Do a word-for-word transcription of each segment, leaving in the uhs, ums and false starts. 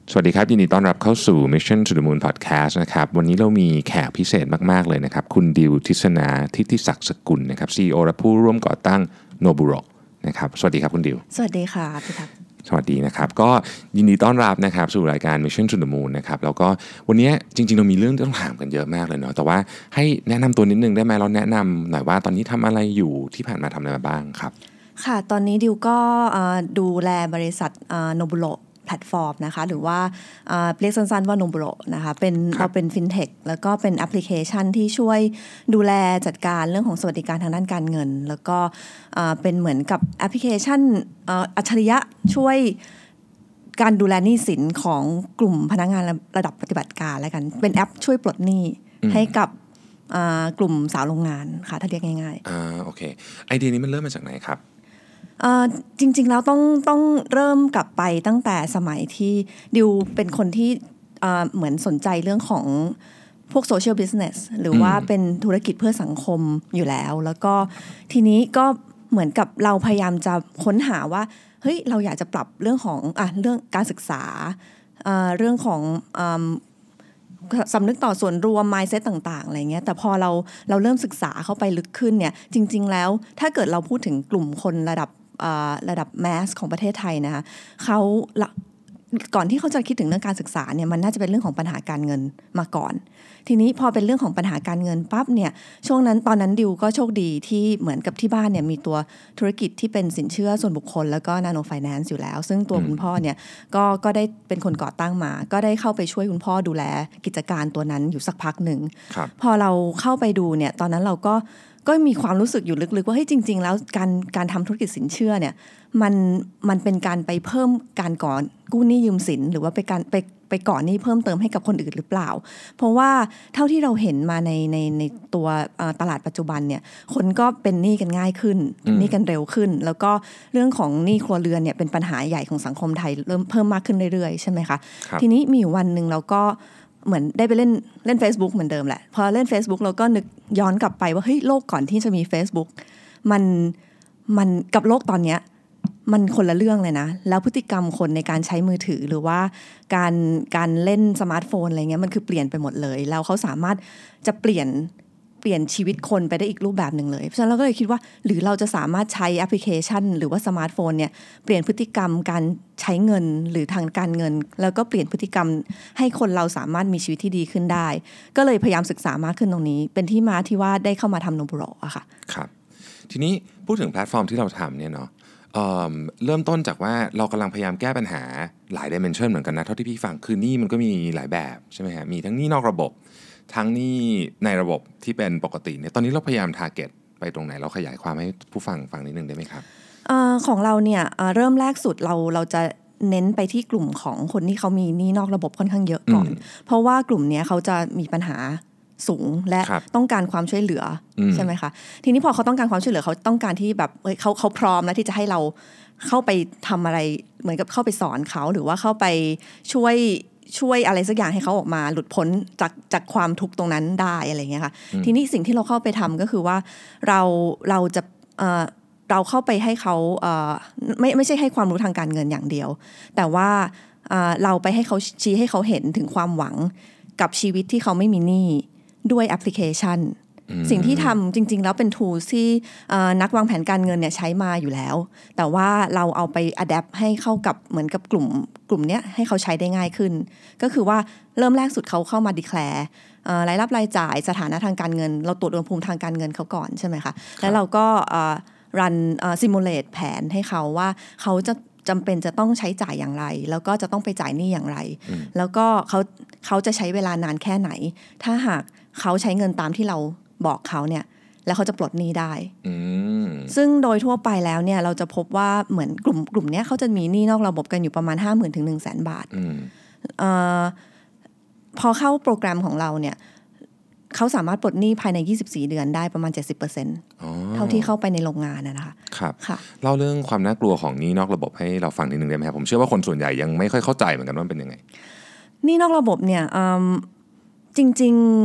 สวัสดีครับยินดีต้อนรับเข้าสู่ Mission to the Moon Podcast นะครับวันนี้เรามีแขกพิเศษมากๆเลยนะครับคุณดิวทิศนาทิติศักดิ์สกุลนะครับ ซี อี โอ และผู้ร่วมก่อตั้ง Noburo นะครับสวัสดีครับคุณดิวสวัสดีค่ะพี่ทักสวัสดีนะครับก็ยินดีต้อนรับนะครับสู่รายการ Mission to the Moon นะครับแล้วก็วันนี้จริงๆเรามีเรื่องต้องถามกันเยอะมากเลยเนาะแต่ว่าให้แนะนำตัวนิดนึงได้ไหมเราแนะนำหน่อยว่าตอนนี้ทำอะไรอยู่ที่ผ่านมาทำอะไรมาบ้างครับค่ะตอนนี้ดิวก็ดูแลบริษัท Noburoแพลตฟอร์มนะคะหรือว่าเรียกสั้นๆว่า Noburo นะคะเป็นเราเป็นฟินเทคแล้วก็เป็นแอปพลิเคชันที่ช่วยดูแลจัดการเรื่องของสวัสดิการทางด้านการเงินแล้วก็เป็นเหมือนกับแอปพลิเคชันอัจฉริยะช่วยการดูแลหนี้สินของกลุ่มพนักงานระดับปฏิบัติการแล้วกันเป็นแอปช่วยปลดหนี้ให้กับกลุ่มสาวโรงงานค่ะถ้าเรียกง่ายๆอ่าโอเคไอเดียนี้มันเริ่มมาจากไหนครับจริงๆแล้วต้องต้องเริ่มกลับไปตั้งแต่สมัยที่ดิวเป็นคนที่เหมือนสนใจเรื่องของพวกโซเชียลบิสเนสหรือว่าเป็นธุรกิจเพื่อสังคมอยู่แล้วแล้วก็ทีนี้ก็เหมือนกับเราพยายามจะค้นหาว่าเฮ้ยเราอยากจะปรับเรื่องของอ่ะเรื่องการศึกษาเรื่องของสำนึกต่อส่วนรวม mindset ต่างๆอะไรเงี้ยแต่พอเราเราเริ่มศึกษาเข้าไปลึกขึ้นเนี่ยจริงๆแล้วถ้าเกิดเราพูดถึงกลุ่มคนระดับระดับแมสของประเทศไทยนะคะเขาก่อนที่เขาจะคิดถึงเรื่องการศึกษาเนี่ยมันน่าจะเป็นเรื่องของปัญหาการเงินมาก่อนทีนี้พอเป็นเรื่องของปัญหาการเงินปั๊บเนี่ยช่วงนั้นตอนนั้นดิวก็โชคดีที่เหมือนกับที่บ้านเนี่ยมีตัวธุรกิจที่เป็นสินเชื่อส่วนบุคคลแล้วก็นาโนไฟแนนซ์อยู่แล้วซึ่งตัวคุณพ่อเนี่ยก็ก็ได้เป็นคนก่อตั้งมาก็ได้เข้าไปช่วยคุณพ่อดูแลกิจการตัวนั้นอยู่สักพักหนึ่งพอเราเข้าไปดูเนี่ยตอนนั้นเราก็ก็มีความรู้สึกอยู่ลึกๆว่าเฮ้ยจริงๆแล้วการการทำธุรกิจสินเชื่อเนี่ยมันมันเป็นการไปเพิ่มการก่อกู้หนี้ยืมสินหรือว่าไปการไปไปก่อหนี้เพิ่มเติมให้กับคนอื่นหรือเปล่าเพราะว่าเท่าที่เราเห็นมาในในในตัวตลาดปัจจุบันเนี่ยคนก็เป็นหนี้กันง่ายขึ้นเป็นหนี้กันเร็วขึ้นแล้วก็เรื่องของหนี้ครัวเรือนเนี่ยเป็นปัญหาใหญ่ของสังคมไทยเริ่มเพิ่มมากขึ้นเรื่อยๆใช่ไหมคะทีนี้มีอยู่วันนึงเราก็เหมือนได้ไปเล่นเล่น Facebook เหมือนเดิมแหละพอเล่น Facebook เราก็นึกย้อนกลับไปว่าเฮ้ยโลกก่อนที่จะมี Facebook มันมันกับโลกตอนเนี้ยมันคนละเรื่องเลยนะแล้วพฤติกรรมคนในการใช้มือถือหรือว่าการการเล่นสมาร์ทโฟนอะไรเงี้ยมันคือเปลี่ยนไปหมดเลยแล้วเขาสามารถจะเปลี่ยนเปลี่ยนชีวิตคนไปได้อีกรูปแบบหนึ่งเลยเพราะฉะนั้นเราก็เลยคิดว่าหรือเราจะสามารถใช้แอปพลิเคชันหรือว่าสมาร์ทโฟนเนี่ยเปลี่ยนพฤติกรรมการใช้เงินหรือทางการเงินแล้วก็เปลี่ยนพฤติกรรมให้คนเราสามารถมีชีวิตที่ดีขึ้นได้ก็เลยพยายามศึกษามากขึ้นตรงนี้เป็นที่มาที่ว่าได้เข้ามาทำ Noburo อะค่ะครับทีนี้พูดถึงแพลตฟอร์มที่เราทำเนี่ยเนาะ เอ่อ เริ่มต้นจากว่าเรากำลังพยายามแก้ปัญหาหลาย dimension เหมือนกันนะเท่าที่พี่ฟังคือหนี้มันก็มีหลายแบบใช่ไหมฮะมีทั้งหนี้นอกระบบทั้งหนี้ในระบบที่เป็นปกติเนี่ยตอนนี้เราพยายาม target ไปตรงไหนเราขยายความให้ผู้ฟังฟังนิดนึงได้ไหมครับเอ่อของเราเนี่ยเอ่อเริ่มแรกสุดเราเราจะเน้นไปที่กลุ่มของคนที่เขามีหนี้นอกระบบค่อนข้างเยอะก่อนเพราะว่ากลุ่มนี้เขาจะมีปัญหาสูงและต้องการความช่วยเหลือใช่ไหมคะทีนี้พอเขาต้องการความช่วยเหลือเขาต้องการที่แบบเฮ้ยเขาเขาพร้อมแล้วที่จะให้เราเข้าไปทำอะไรเหมือนกับเข้าไปสอนเขาหรือว่าเข้าไปช่วยช่วยอะไรสักอย่างให้เขาออกมาหลุดพ้นจากจากความทุกข์ตรงนั้นได้อะไรเงี้ยค่ะทีนี้สิ่งที่เราเข้าไปทำก็คือว่าเราเราจะเอ่อเราเข้าไปให้เขาเอ่อไม่ไม่ใช่ให้ความรู้ทางการเงินอย่างเดียวแต่ว่าเอ่อเราไปให้เขาชี้ให้เขาเห็นถึงความหวังกับชีวิตที่เขาไม่มีหนี้ด้วยแอปพลิเคชันสิ่งที่ทำจริงๆแล้วเป็น tools ที่นักวางแผนการเงินเนี่ยใช้มาอยู่แล้วแต่ว่าเราเอาไป adapt ให้เข้ากับเหมือนกับกลุ่มกลุ่มเนี้ยให้เขาใช้ได้ง่ายขึ้นก็คือว่าเริ่มแรกสุดเขาเข้ามา declare รายรับรายจ่ายสถานะทางการเงินเราตรวจอุณหภูมิทางการเงินเขาก่อนใช่ไหมคะแล้วเราก็รัน simulate แผนให้เขาว่าเขาจะจำเป็นจะต้องใช้จ่ายอย่างไรแล้วก็จะต้องไปจ่ายหนี้อย่างไรแล้วก็เขาเขาจะใช้เวลานานแค่ไหนถ้าหากเขาใช้เงินตามที่เราบอกเขาเนี่ยแล้วเขาจะปลดหนี้ได้ซึ่งโดยทั่วไปแล้วเนี่ยเราจะพบว่าเหมือนกลุ่มกลุ่มนี้เขาจะมีหนี้นอกระบบกันอยู่ประมาณ ห้าหมื่น ถึง หนึ่งแสน บาทอพอเข้าโปรแกรมของเราเนี่ยเขาสามารถปลดหนี้ภายในยี่สิบสี่เดือนได้ประมาณ เจ็ดสิบเปอร์เซ็นต์ เท่าที่เข้าไปในโรงงานนะคะครับเล่าเรื่องความน่ากลัวของหนี้นอกระบบให้เราฟังนิดนึงได้ไหมครับผมเชื่อว่าคนส่วนใหญ่ยังไม่ค่อยเข้าใจเหมือนกันว่าเป็นยังไงหนี้นอกระบบเนี่ยจริงๆ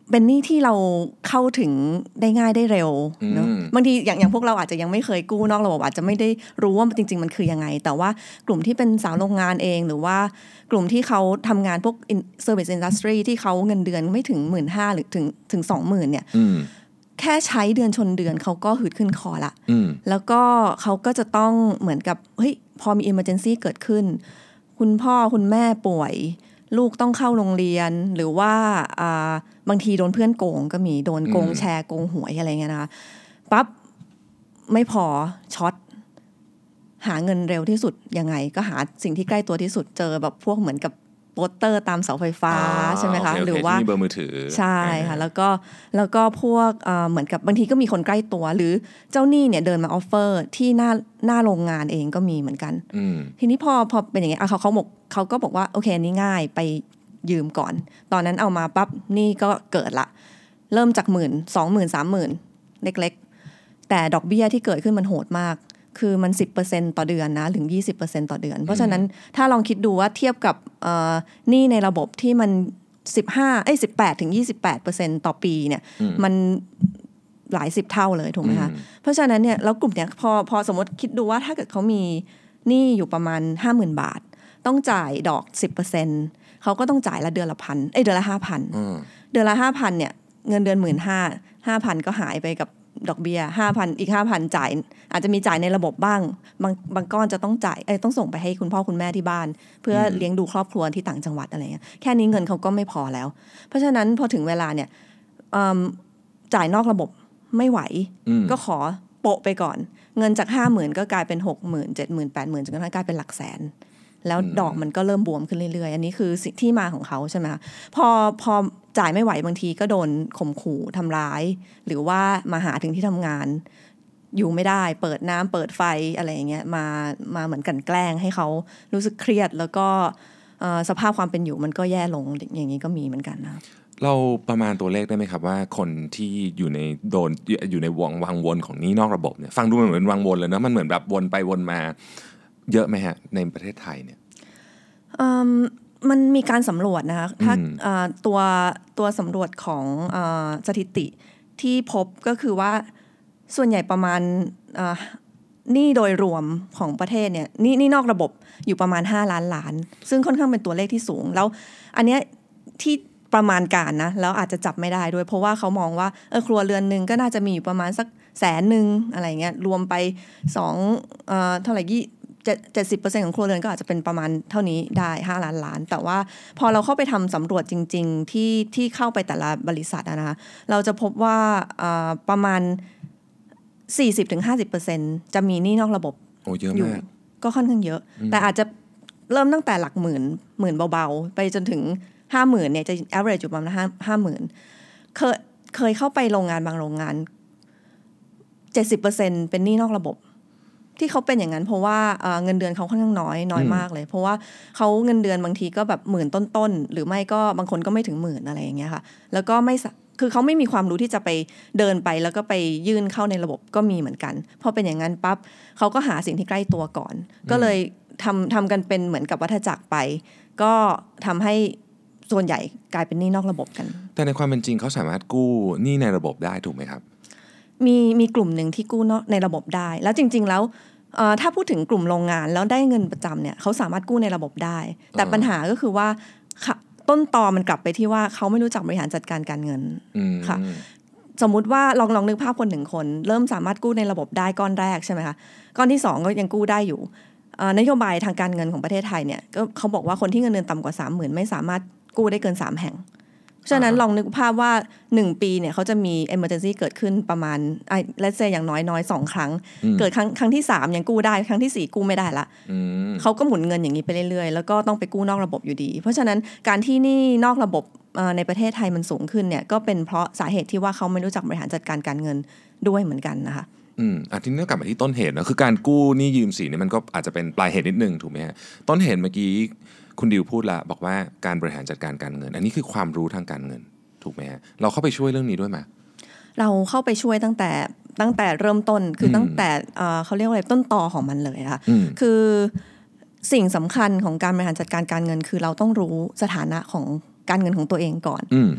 เป็นหนี้ที่เราเข้าถึงได้ง่ายได้เร็วเนอะบางทีอย่างอย่างพวกเราอาจจะยังไม่เคยกู้นอกระบบอาจจะไม่ได้รู้ว่าจริงๆมันคือยังไงแต่ว่ากลุ่มที่เป็นสาวโรงงานเองหรือว่ากลุ่มที่เขาทำงานพวก service industry ที่เขาเงินเดือนไม่ถึง หนึ่งหมื่นห้าพัน หรือถึงถึง สองหมื่น เนี่ยแค่ใช้เดือนชนเดือนเขาก็หืดขึ้นคอละแล้วก็เขาก็จะต้องเหมือนกับเฮ้ยพอมี emergency เกิดขึ้นคุณพ่อคุณแม่ป่วยลูกต้องเข้าโรงเรียนหรือว่าอ่าบางทีโดนเพื่อนโกงก็มีโดนโกงแชร์โกงหวยอะไรเงี้ยนะคะปั๊บไม่พอช็อตหาเงินเร็วที่สุดยังไงก็หาสิ่งที่ใกล้ตัวที่สุดเจอแบบพวกเหมือนกับโปสเตอร์ตามเสาไฟฟ้าใช่ไหมคะ okay, okay, หรือว่าเบอร์มือถือใช่ค่ะแล้วก็แล้วก็พวกเหมือนกับบางทีก็มีคนใกล้ตัวหรือเจ้าหนี้เนี่ยเดินมาออฟเฟอร์ที่หน้าหน้าโรงงานเองก็มีเหมือนกันทีนี้พอพอเป็นอย่างเงี้ยเขาเขาบอกเขาก็บอกว่าโอเคนี่ง่ายไปยืมก่อนตอนนั้นเอามาปั๊บนี่ก็เกิดละเริ่มจากหมื่นสองหมื่นสามหมื่นเล็กๆแต่ดอกเบี้ยที่เกิดขึ้นมันโหดมากคือมัน สิบเปอร์เซ็นต์ ต่อเดือนนะถึง ยี่สิบเปอร์เซ็นต์ ต่อเดือนเพราะฉะนั้นถ้าลองคิดดูว่าเทียบกับหนี้ในระบบที่มันสิบห้าเอ้ยสิบแปดถึงยี่สิบแปดเปอร์เซ็นต์ ต่อปีเนี่ยมันหลายสิบเท่าเลยถูกไหมคะเพราะฉะนั้นเนี่ยแล้วกลุ่มเนี้ยพอพอสมมติคิดดูว่าถ้าเกิดเขามีหนี้อยู่ประมาณ ห้าหมื่น บาทต้องจ่ายดอก สิบเปอร์เซ็นต์ เขาก็ต้องจ่ายละเดือนละพันเอ้ยเดือนละ ห้าพัน เดือนละ ห้าพัน เนี่ยเงินเดือน หนึ่งหมื่นห้าพัน ห้าพัน ก็หายไปกับดอกเบี้ย ห้าพัน อีก ห้าพัน จ่ายอาจจะมีจ่ายในระบบบ้างบางบางก้อนจะต้องจ่ายเอ้ยต้องส่งไปให้คุณพ่อคุณแม่ที่บ้านเพื่อเลี้ยงดูครอบครัวที่ต่างจังหวัดอะไรเงี้ยแค่นี้เงินเขาก็ไม่พอแล้วเพราะฉะนั้นพอถึงเวลาเนี่ยจ่ายนอกระบบไม่ไหวก็ขอโปะไปก่อนเงินจาก ห้าหมื่น ก็กลายเป็น หกหมื่น เจ็ดหมื่น แปดหมื่น จนกระทั่งกลายเป็นหลักแสนแล้วดอกมันก็เริ่มบวมขึ้นเรื่อยๆอันนี้คือที่มาของเขาใช่ไหมคะพอพอจ่ายไม่ไหวบางทีก็โดนข่มขู่ทำร้ายหรือว่ามาหาถึงที่ทำงานอยู่ไม่ได้เปิดน้ำเปิดไฟอะไรอย่างเงี้ยมามาเหมือนกันแกล้งให้เขารู้สึกเครียดแล้วก็สภาพความเป็นอยู่มันก็แย่ลงอย่างนี้ก็มีเหมือนกันนะเราประมาณตัวเลขได้ไหมครับว่าคนที่อยู่ในโดนอยู่ในวงวังวนของหนี้นอกระบบเนี่ยฟังดูมันเหมือนวังวนเลยนะมันเหมือนแบบวนไปวนมาเยอะไหมฮะในประเทศไทยเนี่ยมันมีการสำรวจนะคะถ้าตัวตัวสำรวจของสถิติที่พบก็คือว่าส่วนใหญ่ประมาณหนี้โดยรวมของประเทศเนี่ยหนี้หนี้นอกระบบอยู่ประมาณห้าล้านล้านซึ่งค่อนข้างเป็นตัวเลขที่สูงแล้วอันเนี้ยที่ประมาณการนะแล้วอาจจะจับไม่ได้ด้วยเพราะว่าเขามองว่าเออครัวเรือนนึงก็น่าจะมีอยู่ประมาณสักแสนนึงอะไรเงี้ยรวมไปสองเอ่อเท่าไหร่ยี่เจ็ดสิบเปอร์เซ็นต์ ของครัวเรือนก็อาจจะเป็นประมาณเท่านี้ได้ห้าล้านล้านแต่ว่าพอเราเข้าไปทำสำรวจจริงๆที่ที่เข้าไปแต่ละบริษัทนะคะเราจะพบว่าประมาณ สี่สิบถึงห้าสิบเปอร์เซ็นต์ จะมีหนี้นอกระบบโอ้เยอะมากก็ค่อนข้างเยอะแต่อาจจะเริ่มตั้งแต่หลักหมื่นหมื่นเบาๆไปจนถึง ห้าหมื่น เนี่ยจะ average อยู่ประมาณห้าหมื่นเคยเคยเข้าไปโรงงานบางโรงงาน เจ็ดสิบเปอร์เซ็นต์ เป็นหนี้นอกระบบที่เขาเป็นอย่างนั้นเพราะว่าเงินเดือนเขาค่อนข้างน้อยน้อยมากเลยเพราะว่าเขาเงินเดือนบางทีก็แบบหมื่นต้นๆหรือไม่ก็บางคนก็ไม่ถึงหมื่นอะไรอย่างเงี้ยค่ะแล้วก็ไม่คือเขาไม่มีความรู้ที่จะไปเดินไปแล้วก็ไปยื่นเข้าในระบบก็มีเหมือนกันพอเป็นอย่างนั้นปั๊บเขาก็หาสิ่งที่ใกล้ตัวก่อนก็เลยทำทำกันเป็นเหมือนกับวัฏจักรไปก็ทำให้ส่วนใหญ่กลายเป็นหนี้นอกระบบกันแต่ในความเป็นจริงเขาสามารถกู้หนี้ในระบบได้ถูกไหมครับมีมีกลุ่มหนึ่งที่กู้ในระบบได้แล้วจริงๆแล้วถ้าพูดถึงกลุ่มโรงงานแล้วได้เงินประจำเนี่ยเขาสามารถกู้ในระบบได้แต่ปัญหาก็คือว่าต้นตอมันกลับไปที่ว่าเขาไม่รู้จักบริหารจัดการการเงินค่ะสมมุติว่าลองลองนึกภาพคนหนึ่งคนเริ่มสามารถกู้ในระบบได้ก้อนแรกใช่ไหมคะก้อนที่สองก็ยังกู้ได้อยู่นโยบายทางการเงินของประเทศไทยเนี่ยก็เขาบอกว่าคนที่เงินเดือนต่ำกว่า สามหมื่น ไม่สามารถกู้ได้เกินสามแห่งฉะนั้นลองนึกภาพว่าหนึ่งปีเนี่ยเขาจะมี emergency เกิดขึ้นประมาณไอ้ let's say อย่างน้อยๆสองครั้งเกิดครั้งครั้งที่สามยังกู้ได้ครั้งที่สี่กู้ไม่ได้ละเขาก็หมุนเงินอย่างนี้ไปเรื่อยๆแล้วก็ต้องไปกู้นอกระบบอยู่ดีเพราะฉะนั้นการที่หนี้นอกระบบในประเทศไทยมันสูงขึ้นเนี่ยก็เป็นเพราะสาเหตุที่ว่าเขาไม่รู้จักบริหารจัดการการเงินด้วยเหมือนกันนะคะอืมอ่ะทีนี้กลับมาที่ต้นเหตุนะคือการกู้หนี้ยืมสินนี่มันก็อาจจะเป็นปลายเหตุนิดนึงถูกไหมฮะต้นเหตุเมื่อกี้คุณดิวพูดละบอกว่าการบริหารจัดการการเงินอันนี้คือความรู้ทางการเงินถูกไหมฮะเราเข้าไปช่วยเรื่องนี้ด้วยไหมเราเข้าไปช่วยตั้งแต่ตั้งแต่เริ่มต้นคือตั้งแต่เขาเรียกว่าอะไรต้นตอของมันเลยค่ะคือสิ่งสำคัญของการบริหารจัดการการเงินคือเราต้องรู้สถานะของการเงินของตัวเองก่อน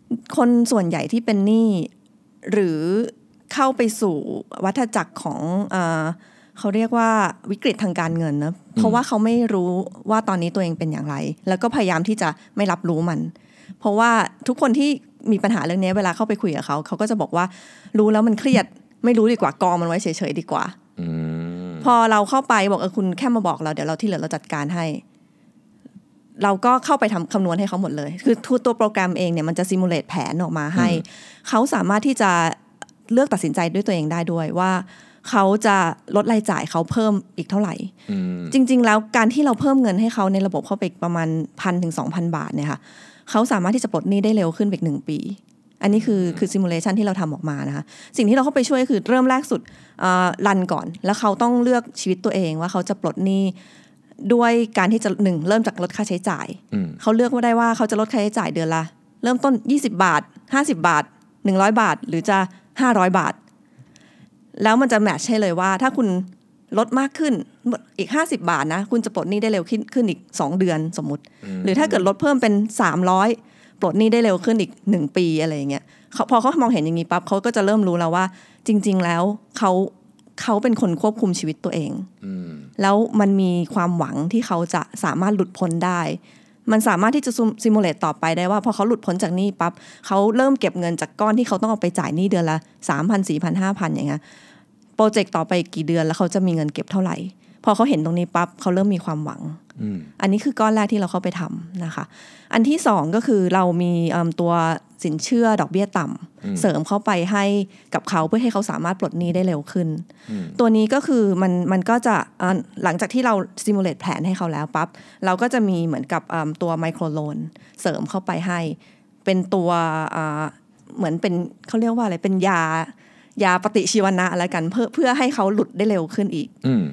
คนส่วนใหญ่ที่เป็นหนี้หรือเข้าไปสู่วัฏจักรของเอ่อเขาเรียกว่าวิกฤตทางการเงินนะเพราะว่าเขาไม่รู้ว่าตอนนี้ตัวเองเป็นอย่างไรแล้วก็พยายามที่จะไม่รับรู้มันเพราะว่าทุกคนที่มีปัญหาเรื่องนี้เวลาเข้าไปคุยกับเขาเขาก็จะบอกว่ารู้แล้วมันเครียดไม่รู้ดีกว่ากองมันไว้เฉยๆดีกว่าพอเราเข้าไปบอกเออคุณแค่มาบอกเราเดี๋ยวเราที่เหลือเราจัดการให้เราก็เข้าไปทำคำนวณให้เขาหมดเลยคือตัวโปรแกรมเองเนี่ยมันจะซิมูเลตแผนออกมาให้เขาสามารถที่จะเลือกตัดสินใจด้วยตัวเองได้ด้วยว่าเขาจะลดรายจ่ายเขาเพิ่มอีกเท่าไหร่จริงๆแล้วการที่เราเพิ่มเงินให้เขาในระบบเข้าไปประมาณ หนึ่งพัน ถึง สองพัน บาทเนี่ยค่ะเขาสามารถที่จะปลดหนี้ได้เร็วขึ้นอีกหนึ่งปีอันนี้คือคือซิมูเลชันที่เราทำออกมานะคะสิ่งที่เราเข้าไปช่วยคือเริ่มแรกสุดรันก่อนแล้วเขาต้องเลือกชีวิตตัวเองว่าเขาจะปลดหนี้ด้วยการที่จะหนึ่งเริ่มจากลดค่าใช้จ่ายเขาเลือกว่าได้ว่าเขาจะลดค่าใช้จ่ายเดือนละเริ่มต้นยี่สิบบาทห้าสิบบาทหนึ่งร้อยบาทหรือจะห้าร้อยบาทแล้วมันจะแมทช์ให้เลยว่าถ้าคุณลดมากขึ้นอีกห้าสิบบาทนะคุณจะปลดหนี้ได้เร็วขึ้นขึ้นอีกสองเดือนสมมุติหรือถ้าเกิดลดเพิ่มเป็นสามร้อยปลดหนี้ได้เร็วขึ้นอีกหนึ่งปีอะไรอย่างเงี้ยพอเขามองเห็นอย่างนี้ปั๊บเขาก็จะเริ่มรู้แล้วว่าจริงๆแล้วเขาเขาเป็นคนควบคุมชีวิตตัวเองแล้วมันมีความหวังที่เขาจะสามารถหลุดพ้นได้มันสามารถที่จะซิมูเลตต่อไปได้ว่าพอเขาหลุดพ้นจากหนี้ปั๊บเขาเริ่มเก็บเงินจากก้อนที่เขาต้องเอาไปจ่ายหนี้เดือนละ สามพัน สี่พัน ห้าพัน อย่างเงี้ยโปรเจกต์ต่อไปกี่เดือนแล้วเขาจะมีเงินเก็บเท่าไหร่พอเขาเห็นตรงนี้ปั๊บเขาเริ่มมีความหวัง อ, อันนี้คือก้อนแรกที่เราเข้าไปทำนะคะอันที่สองก็คือเรามีตัวสินเชื่อดอกเบี้ยต่ำเสริมเข้าไปให้กับเขาเพื่อให้เขาสามารถปลดหนี้ได้เร็วขึ้นตัวนี้ก็คือมันมันก็จะหลังจากที่เราซิมูเลตแผนให้เขาแล้วปั๊บเราก็จะมีเหมือนกับตัวไมโครโลนเสริมเข้าไปให้เป็นตัวเหมือนเป็นเขาเรียกว่าอะไรเป็นยายาปฏิชีวนะอะไรกันเพื่อเพื่อให้เขาหลุดได้เร็วขึ้นอีก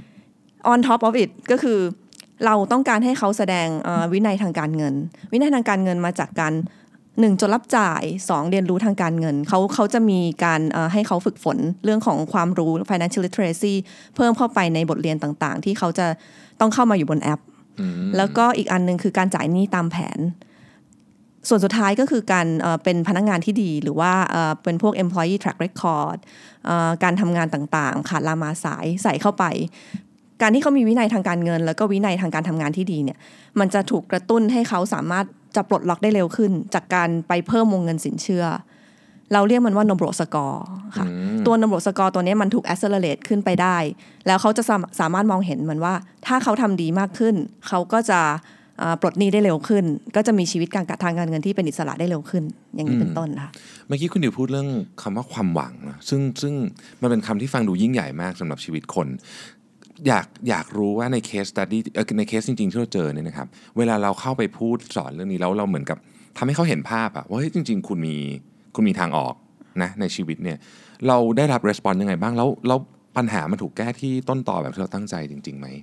on top of it ก็คือเราต้องการให้เขาแสดงวินัยทางการเงินวินัยทางการเงินมาจากการหนึ่งจดรับจ่ายสองเรียนรู้ทางการเงินเขาเขาจะมีการให้เขาฝึกฝนเรื่องของความรู้ financial literacy เพิ่มเข้าไปในบทเรียนต่างๆที่เขาจะต้องเข้ามาอยู่บนแอปแล้วก็อีกอันนึงคือการจ่ายหนี้ตามแผนส่วนสุดท้ายก็คือการเป็นพนักงานที่ดีหรือว่าเป็นพวก employee track record การทำงานต่างๆขาดลามาสายใส่เข้าไปการที่เขามีวินัยทางการเงินแล้วก็วินัยทางการทำงานที่ดีเนี่ยมันจะถูกกระตุ้นให้เขาสามารถจะปลดล็อกได้เร็วขึ้นจากการไปเพิ่มวงเงินสินเชื่อเราเรียกมันว่า Nombro Score ค่ะตัว Nombro Score ตัวนี้มันถูก accelerate ขึ้นไปได้แล้วเขาจะสามารถมองเห็นมันว่าถ้าเขาทำดีมากขึ้นเขาก็จะปลดหนี้ได้เร็วขึ้นก็จะมีชีวิตการทางการเงินที่เป็นอิสระได้เร็วขึ้นอย่างนี้เป็นต้นค่ะเมื่อกี้คุณดิวพูดเรื่องคำว่าความหวังนะซึ่งซึ่งมันเป็นคำที่ฟังดูยิ่งใหญ่มากสำหรับชีวิตคนอยากอยากรู้ว่าในเคส study ในเคสจริงๆที่เราเจอเนี่ยนะครับเวลาเราเข้าไปพูดสอนเรื่องนี้แล้วเราเหมือนกับทำให้เขาเห็นภาพอะว่าเฮ้ยจริงๆคุณมีคุณมีทางออกนะในชีวิตเนี่ยเราได้รับ response ยังไงบ้างแล้วแล้วปัญหามันถูกแก้ที่ต้นตอแบบที่เราตั้งใจจริงๆไหม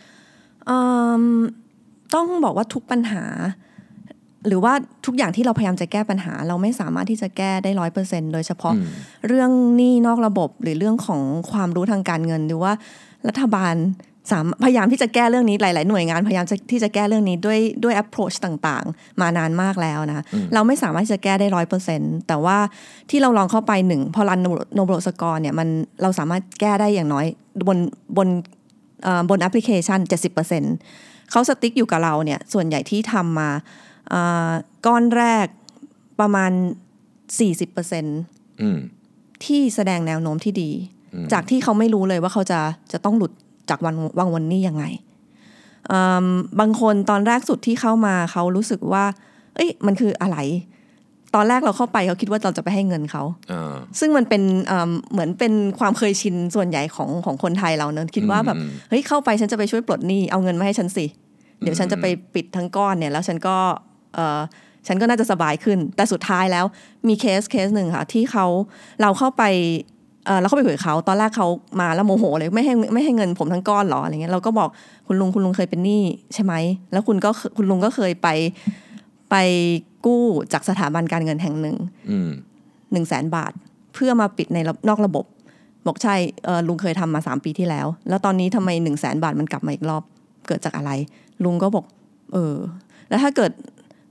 ต้องบอกว่าทุกปัญหาหรือว่าทุกอย่างที่เราพยายามจะแก้ปัญหาเราไม่สามารถที่จะแก้ได้ ร้อยเปอร์เซ็นต์ โดยเฉพาะเรื่องหนี้นอกระบบหรือเรื่องของความรู้ทางการเงินหรือว่ารัฐบาลพยายามที่จะแก้เรื่องนี้หลายๆหน่วยงานพยายามที่จะแก้เรื่องนี้ด้วยด้วย approach ต่างๆมานานมากแล้วนะเราไม่สามารถที่จะแก้ได้ ร้อยเปอร์เซ็นต์ แต่ว่าที่เราลองเข้าไปหนึ่งพอรัน Nombro Score เนี่ยมันเราสามารถแก้ได้อย่างน้อยบนบนบนแอปพลิเคชัน เจ็ดสิบเปอร์เซ็นต์ เขาสติ๊กอยู่กับเราเนี่ยส่วนใหญ่ที่ทำมาก้อนแรกประมาณ สี่สิบเปอร์เซ็นต์ ที่แสดงแนวโน้มที่ดีจากที่เขาไม่รู้เลยว่าเขาจะจะต้องหลุดจากวันวังวนนี้ยังไงบางคนตอนแรกสุดที่เข้ามาเขารู้สึกว่าเอ้ยมันคืออะไรตอนแรกเราเข้าไปเขาคิดว่าเราจะไปให้เงินเขาซึ่งมันเป็นเหมือนเป็นความเคยชินส่วนใหญ่ของของคนไทยเราเนอะคิดว่าแบบเฮ้ยเข้าไปฉันจะไปช่วยปลดหนี้เอาเงินมาให้ฉันสิเดี๋ยวฉันจะไปปิดทั้งก้อนเนี่ยแล้วฉันก็ฉันก็น่าจะสบายขึ้นแต่สุดท้ายแล้วมีเคสเคสหนึ่งค่ะที่เขาเราเข้าไปเราเข้าไปคุยกับเขาตอนแรกเขามาแล้วโมโหเลยไม่ให้ไม่ให้เงินผมทั้งก้อนหรออะไรเงี้ยเราก็บอกคุณลุงคุณลุงเคยเป็นหนี้ใช่ไหมแล้วคุณก็คุณลุงก็เคยไปไปกู้จากสถาบันการเงินแห่งหนึ่งหนึ่งแสนบาทเพื่อมาปิดในนอกระบบบอกใช่ลุงเคยทำมาสามปีที่แล้วแล้วตอนนี้ทำไมหนึ่งแสนบาทมันกลับมาอีกรอบเกิดจากอะไรลุงก็บอกเออแล้วถ้าเกิด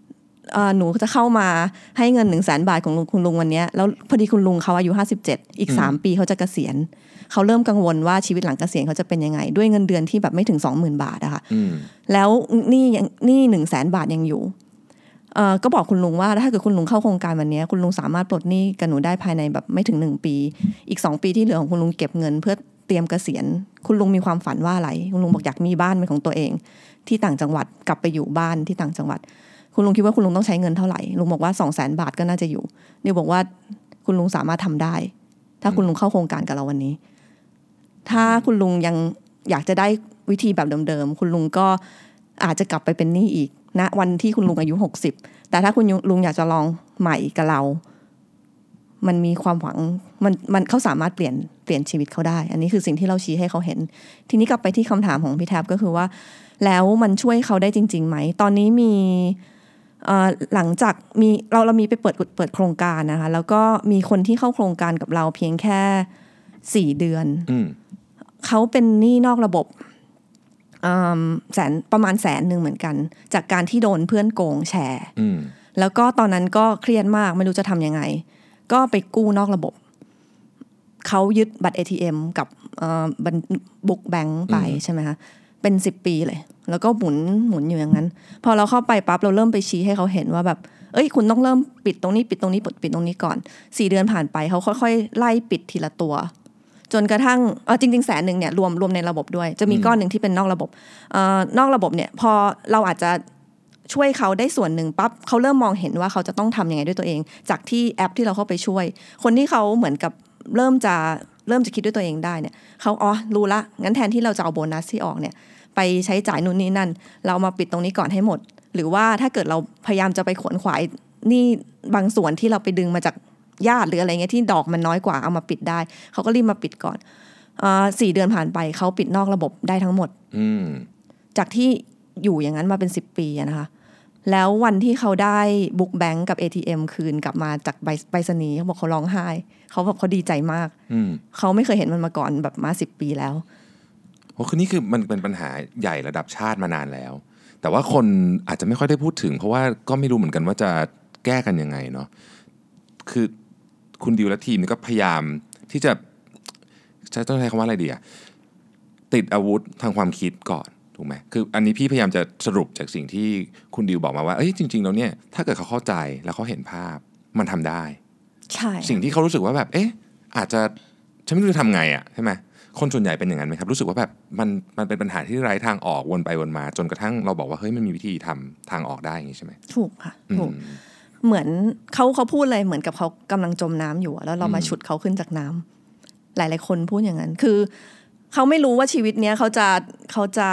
เอ่อหนูจะเข้ามาให้เงิน หนึ่งแสน บาทของคุณลุงวันนี้แล้วพอดีคุณลุงเขาอายุห้าสิบเจ็ดอีกสามปีเขาจะเกษียณเขาเริ่มกังวลว่าชีวิตหลังเกษียณเขาจะเป็นยังไงด้วยเงินเดือนที่แบบไม่ถึง สองหมื่น บาทอะค่ะแล้วนี่ยังนี่ หนึ่งแสน บาทยังอยู่เอ่อก็บอกคุณลุงว่าถ้าเกิดคุณลุงเข้าโครงการวันนี้คุณลุงสามารถปลดหนี้กับหนูได้ภายในแบบไม่ถึงหนึ่งปีอีกสองปีที่เหลือของคุณลุงเก็บเงินเพื่อเตรียมเกษียณคุณลุงมีความฝันว่าอะไรคุณลุงบอกอยากมีบ้านเป็นของตัวเองที่ต่างจังหวัดกลับไปอยู่บ้านที่ต่างจังหวัดคุณลุงคิดว่าคุณลุงต้องใช้เงินเท่าไหร่ลุงบอกว่า สองแสน บาทก็น่าจะอยู่นิวบอกว่าคุณลุงสามารถทำได้ถ้าคุณลุงเข้าโครงการกับเราวันนี้ถ้าคุณลุงยังอยากจะได้วิธีแบบเดิมๆคุณลุงก็อาจจะกลับไปเป็นหนี้อีกณนะวันที่คุณลุงอายุหกสิบแต่ถ้าคุณลุงอยากจะลองใหม่กับเรามันมีความหวังมันมันเขาสามารถเปลี่ยนเปลี่ยนชีวิตเขาได้อันนี้คือสิ่งที่เราชี้ให้เขาเห็นทีนี้กลับไปที่คำถามของพี่แท็บก็คือว่าแล้วมันช่วยเขาได้จริงๆไหมตอนนี้มีหลังจากมีเราเรามีไปเปิดเปิดโครงการนะคะแล้วก็มีคนที่เข้าโครงการกับเราเพียงแค่สี่เดือนเขาเป็นหนี้นอกระบบแสนประมาณแสนหนึ่งเหมือนกันจากการที่โดนเพื่อนโกงแชร์แล้วก็ตอนนั้นก็เครียดมากไม่รู้จะทำยังไงก็ไปกู้นอกระบบเขายึดบัตร เอ ที เอ็ม กับบุ๊กแบงค์ไปใช่ไหมคะเป็นสิบปีเลยแล้วก็หมุนหมุนอยู่อย่างนั้นพอเราเข้าไปปั๊บเราเริ่มไปชี้ให้เขาเห็นว่าแบบเอ้ยคุณต้องเริ่มปิดตรงนี้ปิดตรงนี้ปิดตรงนี้ก่อนสี่เดือนผ่านไปเขาค่อยๆไล่ปิดทีละตัวจนกระทั่งเออจริงๆแสนหนึ่งเนี่ยรวมรวมในระบบด้วยจะมีก้อนหนึ่งที่เป็นนอกระบบเอ่อนอกระบบเนี่ยพอเราอาจจะช่วยเขาได้ส่วนหนึ่งปั๊บเขาเริ่มมองเห็นว่าเขาจะต้องทำยังไงด้วยตัวเองจากที่แอปที่เราเข้าไปช่วยคนที่เขาเหมือนกับเริ่มจะเริ่มจะคิดด้วยตัวเองได้เนี่ยเขาอ๋อรู้ละงั้นแทนที่เราจะเอาโบนัสที่ออกเนี่ยไปใช้จ่ายนู่นนี่นั่นเรามาปิดตรงนี้ก่อนให้หมดหรือว่าถ้าเกิดเราพยายามจะไปขวนขวายนี่บางส่วนที่เราไปดึงมาจากญาติหรืออะไรเงี้ยที่ดอกมันน้อยกว่าเอามาปิดได้เขาก็รีบมาปิดก่อนอ่าสี่เดือนผ่านไปเขาปิดนอกระบบได้ทั้งหมดจากที่อยู่อย่างนั้นมาเป็นสิบปีนะคะแล้ววันที่เขาได้บุ๊กแบงก์กับ เอ ที เอ็ม คืนกลับมาจากใบใบสนีย์เขาบอกเขาร้องไห้เขาแบบเขาดีใจมากเขาไม่เคยเห็นมันมาก่อนแบบมาสิบปีแล้วโอ้คือนี่คือมันเป็นปัญหาใหญ่ระดับชาติมานานแล้วแต่ว่าคนอาจจะไม่ค่อยได้พูดถึงเพราะว่าก็ไม่รู้เหมือนกันว่าจะแก้กันยังไงเนาะคือคุณดิวและทีมนี่ก็พยายามที่จะใช้ต้องใช้คำว่าอะไรดีอะติดอาวุธทางความคิดก่อนถูกไหมคืออันนี้พี่พยายามจะสรุปจากสิ่งที่คุณดิวบอกมาว่าเอ้ยจริงๆแล้วเนี่ยถ้าเกิดเขาเข้าใจแล้วเขาเห็นภาพมันทำได้ใช่สิ่งที่เขารู้สึกว่าแบบเอ๊ะอาจจะฉันไม่รู้จะทำไงอะใช่ไหมคนส่วนใหญ่เป็นอย่างนั้นไหมครับรู้สึกว่าแบบมันมันเป็นปัญหาที่ไร้ทางออกวนไปวนมาจนกระทั่งเราบอกว่าเฮ้ยมันมีวิธีทำทางออกได้อย่างนี้ใช่ไหมถูกค่ะถูกเหมือนเขาเขาพูดเลยเหมือนกับเขากำลังจมน้ำอยู่แล้วเรามาฉุดเขาขึ้นจากน้ำหลายๆคนพูดอย่างนั้นคือเขาไม่รู้ว่าชีวิตเนี้ยเขาจะเขาจะ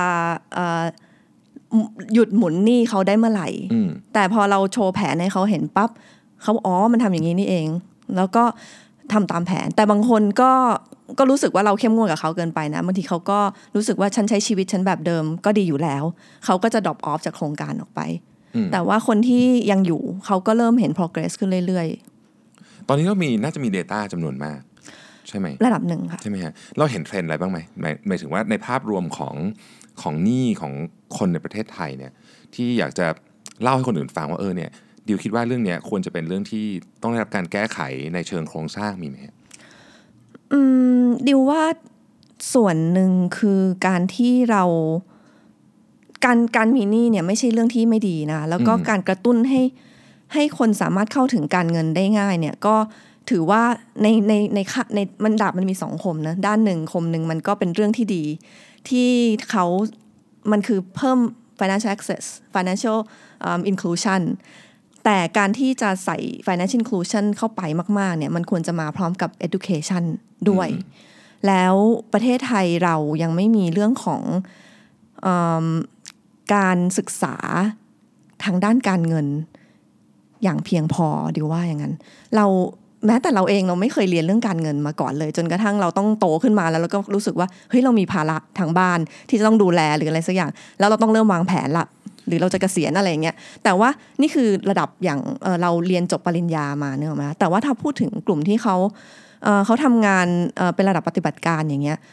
หยุดหมุนหนี้เขาได้เมื่อไหร่แต่พอเราโชว์แผนให้เขาเห็นปั๊บเขาอ๋อมันทำอย่างนี้นี่เองแล้วก็ทำตามแผนแต่บางคนก็ก็รู้สึกว่าเราเข้มงวดกับเขาเกินไปนะบางทีเขาก็รู้สึกว่าฉันใช้ชีวิตฉันแบบเดิมก็ดีอยู่แล้วเขาก็จะ drop off จากโครงการออกไปแต่ว่าคนที่ยังอยู่เขาก็เริ่มเห็น progress ขึ้นเรื่อยๆตอนนี้เรามีน่าจะมี data จำนวนมากใช่ไหมระดับหนึ่งค่ะใช่ไหมฮะเราเห็นเทรนด์อะไรบ้างไหมหมายหมายถึงว่าในภาพรวมของของหนี้ของคนในประเทศไทยเนี่ยที่อยากจะเล่าให้คนอื่นฟังว่าเออเนี่ยดิวคิดว่าเรื่องนี้ควรจะเป็นเรื่องที่ต้องได้รับการแก้ไขในเชิงโครงสร้างมีไหมอืมดิวว่าส่วนหนึ่งคือการที่เราการการมีหนี้เนี่ยไม่ใช่เรื่องที่ไม่ดีนะแล้วก็การกระตุ้นให้ให้คนสามารถเข้าถึงการเงินได้ง่ายเนี่ยก็ถือว่าในในในในมันดาบมันมีสองคมนะด้านหนึ่งคมหนึ่งมันก็เป็นเรื่องที่ดีที่เขามันคือเพิ่ม financial access financial um, inclusion แต่การที่จะใส่ financial inclusion เข้าไปมากๆเนี่ยมันควรจะมาพร้อมกับ education ด้วยแล้วประเทศไทยเรายังไม่มีเรื่องของum, การศึกษาทางด้านการเงินอย่างเพียงพอดิว่าอย่างนั้นเราแม้แต่เราเองเราไม่เคยเรียนเรื่องการเงินมาก่อนเลยจนกระทั่งเราต้องโตขึ้นมาแล้วเราก็รู้สึกว่าเฮ้ยเรามีภาระทางบ้านที่จะต้องดูแลหรืออะไรสักอย่างแล้วเราต้องเริ่มวางแผนละหรือเราจะเกษียณอะไรอย่างเงี้ยแต่ว่านี่คือระดับอย่าง เอ่อ เราเรียนจบปริญญามาเนี่ยหรอไหมแต่ว่าถ้าพูดถึงกลุ่มที่เขาเอ่อเขาทำงานเอ่อเป็นระดับปฏิบัติการอย่างเงี้ย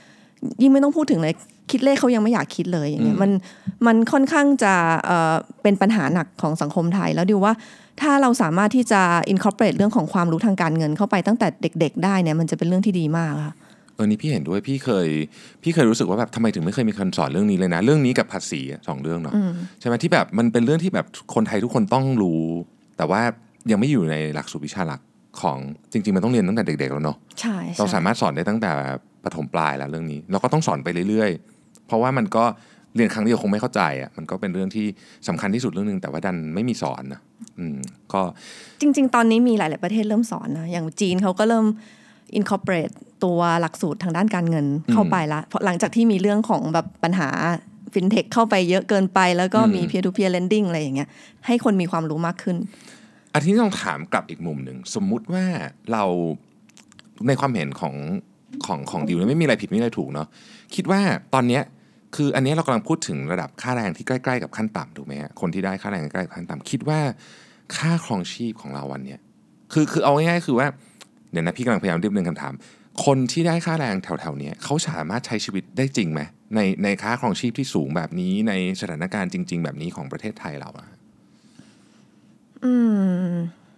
ยิ่งไม่ต้องพูดถึงเลยคิดเลขเขายังไม่อยากคิดเลยอย่างเงี้ยมันมันค่อนข้างจะเอ่อเป็นปัญหาหนักของสังคมไทยแล้วดิวว่าถ้าเราสามารถที่จะ incorporate เรื่องของความรู้ทางการเงินเข้าไปตั้งแต่เด็กๆได้เนี่ยมันจะเป็นเรื่องที่ดีมากค่ะเออนี่พี่เห็นด้วยพี่เคยพี่เคยรู้สึกว่าแบบทำไมถึงไม่เคยมีคนสอนเรื่องนี้เลยนะเรื่องนี้กับภาษีสองเรื่องเนาะใช่ไหมที่แบบมันเป็นเรื่องที่แบบคนไทยทุกคนต้องรู้แต่ว่ายังไม่อยู่ในหลักสูตรวิชาหลักของจริงๆมันต้องเรียนตั้งแต่เด็กๆแล้วเนาะใช่เราสามารถสอนได้ตั้งแต่ประถมปลายแล้วเรื่องนี้เราก็ต้องสอนไปเรื่อยๆเพราะว่ามันก็เรียนครั้งเดียวคงไม่เข้าใจอ่ะมันก็เป็นเรื่องที่สำคัญที่สุดเรื่องนึงแต่ว่าดันไม่มีสอนนะอืมก็จริงๆตอนนี้มีหลายๆประเทศเริ่มสอนนะอย่างจีนเขาก็เริ่ม incorporate ตัวหลักสูตรทางด้านการเงินเข้าไปละเพราะหลังจากที่มีเรื่องของแบบปัญหาฟินเทคเข้าไปเยอะเกินไปแล้วก็มี peer to peer lending อะไรอย่างเงี้ยให้คนมีความรู้มากขึ้นอันนี้ต้องถามกลับอีกมุมหนึ่งสมมุติว่าเราในความเห็นของของของดิวไม่มีอะไรผิดไม่มีอะไรถูกเนาะคิดว่าตอนเนี้ยคืออันนี้เรากำลังพูดถึงระดับค่าแรงที่ใกล้ๆกับขั้นต่ำถูกไหมฮะคนที่ได้ค่าแรงใกล้กับขั้นต่ำคิดว่าค่าครองชีพของเราวันเนี้ยคือคือเอาง่ายๆคือว่าเดี๋ยวนะพี่กำลังพยายามเรียบเรียงคำถามคนที่ได้ค่าแรงแถวๆนี้เขาสามารถใช้ชีวิตได้จริงไหมในในค่าครองชีพที่สูงแบบนี้ในสถานการณ์จริงๆแบบนี้ของประเทศไทยเราอะอืม